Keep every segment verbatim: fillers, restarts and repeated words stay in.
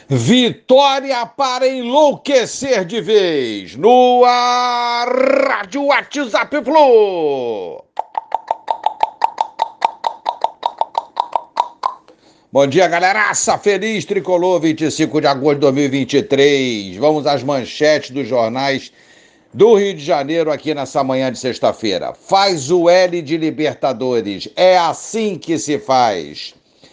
Vitória para enlouquecer de vez no ar, Rádio WhatsApp Flu. Bom dia, galeraça feliz, tricolor, vinte e cinco de agosto de dois mil e vinte e três. Vamos às manchetes dos jornais do Rio de Janeiro aqui nessa manhã de sexta-feira. Faz o L de Libertadores, é assim que se faz.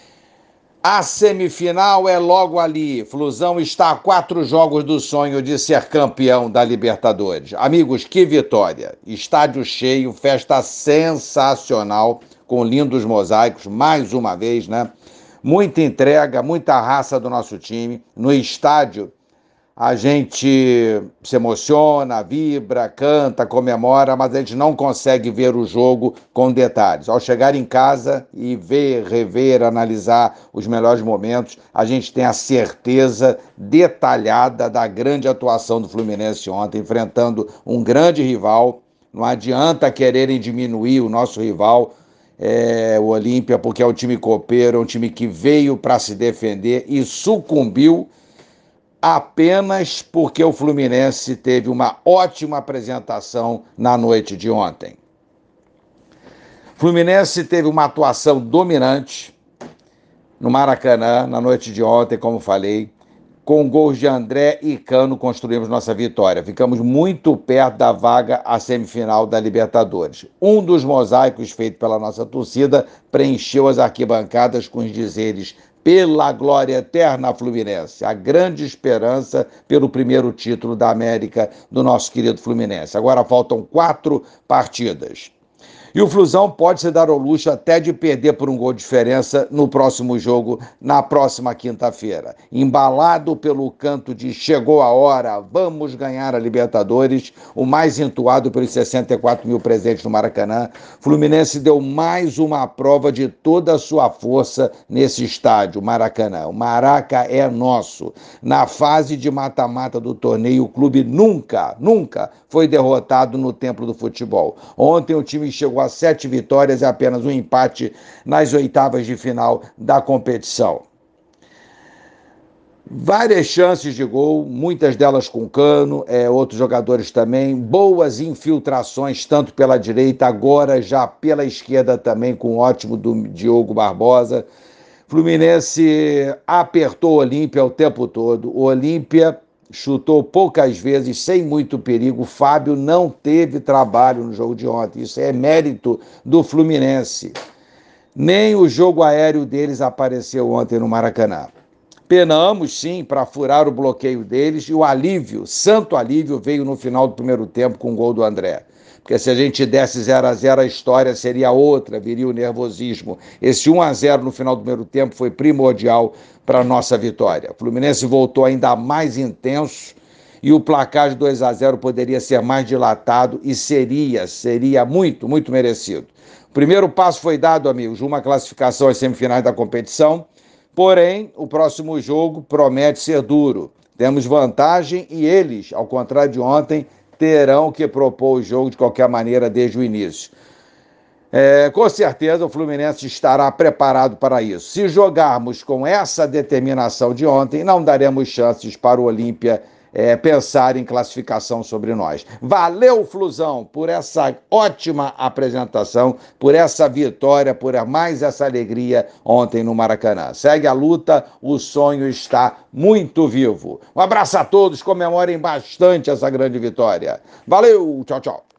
A semifinal é logo ali. Flusão está a quatro jogos do sonho de ser campeão da Libertadores. Amigos, que vitória! Estádio cheio, festa sensacional, com lindos mosaicos, mais uma vez, né? Muita entrega, muita raça do nosso time. No estádio, a gente se emociona, vibra, canta, comemora, mas a gente não consegue ver o jogo com detalhes. Ao chegar em casa e ver, rever, analisar os melhores momentos, a gente tem a certeza detalhada da grande atuação do Fluminense ontem, enfrentando um grande rival. Não adianta quererem diminuir o nosso rival, é, o Olímpia, porque é um time copeiro, é um time que veio para se defender e sucumbiu apenas porque o Fluminense teve uma ótima apresentação na noite de ontem. O Fluminense teve uma atuação dominante no Maracanã na noite de ontem, como falei. Com gols de André e Cano construímos nossa vitória. Ficamos muito perto da vaga à semifinal da Libertadores. Um dos mosaicos feitos pela nossa torcida preencheu as arquibancadas com os dizeres: pela glória eterna Fluminense, a grande esperança pelo primeiro título da América do nosso querido Fluminense. Agora faltam quatro partidas. E o Flusão pode se dar ao luxo até de perder por um gol de diferença no próximo jogo, na próxima quinta-feira. Embalado pelo canto de chegou a hora, vamos ganhar a Libertadores, o mais entoado pelos sessenta e quatro mil presentes no Maracanã, Fluminense deu mais uma prova de toda a sua força nesse estádio, Maracanã. O Maraca é nosso. Na fase de mata-mata do torneio, o clube nunca, nunca foi derrotado no templo do futebol. Ontem o time chegou a sete vitórias e apenas um empate nas oitavas de final da competição. Várias chances de gol, muitas delas com Cano, é, outros jogadores também, boas infiltrações tanto pela direita, agora já pela esquerda também, com o ótimo do Diogo Barbosa. Fluminense apertou o Olímpia o tempo todo, o Olímpia chutou poucas vezes, sem muito perigo. O Fábio não teve trabalho no jogo de ontem. Isso é mérito do Fluminense. Nem o jogo aéreo deles apareceu ontem no Maracanã. Penamos, sim, para furar o bloqueio deles, e o alívio, santo alívio, veio no final do primeiro tempo com o gol do André. Porque se a gente desse zero a zero, a história seria outra, viria o nervosismo. Esse um a zero no final do primeiro tempo foi primordial para a nossa vitória. O Fluminense voltou ainda mais intenso e o placar de dois a zero poderia ser mais dilatado e seria, seria muito, muito merecido. O primeiro passo foi dado, amigos, uma classificação às semifinais da competição, porém, o próximo jogo promete ser duro. Temos vantagem e eles, ao contrário de ontem, terão que propor o jogo de qualquer maneira desde o início. É, com certeza o Fluminense estará preparado para isso. Se jogarmos com essa determinação de ontem, não daremos chances para o Olímpia é, pensar em classificação sobre nós. Valeu, Flusão, por essa ótima apresentação, por essa vitória, por mais essa alegria ontem no Maracanã. Segue a luta, o sonho está muito vivo. Um abraço a todos, comemorem bastante essa grande vitória. Valeu, tchau, tchau.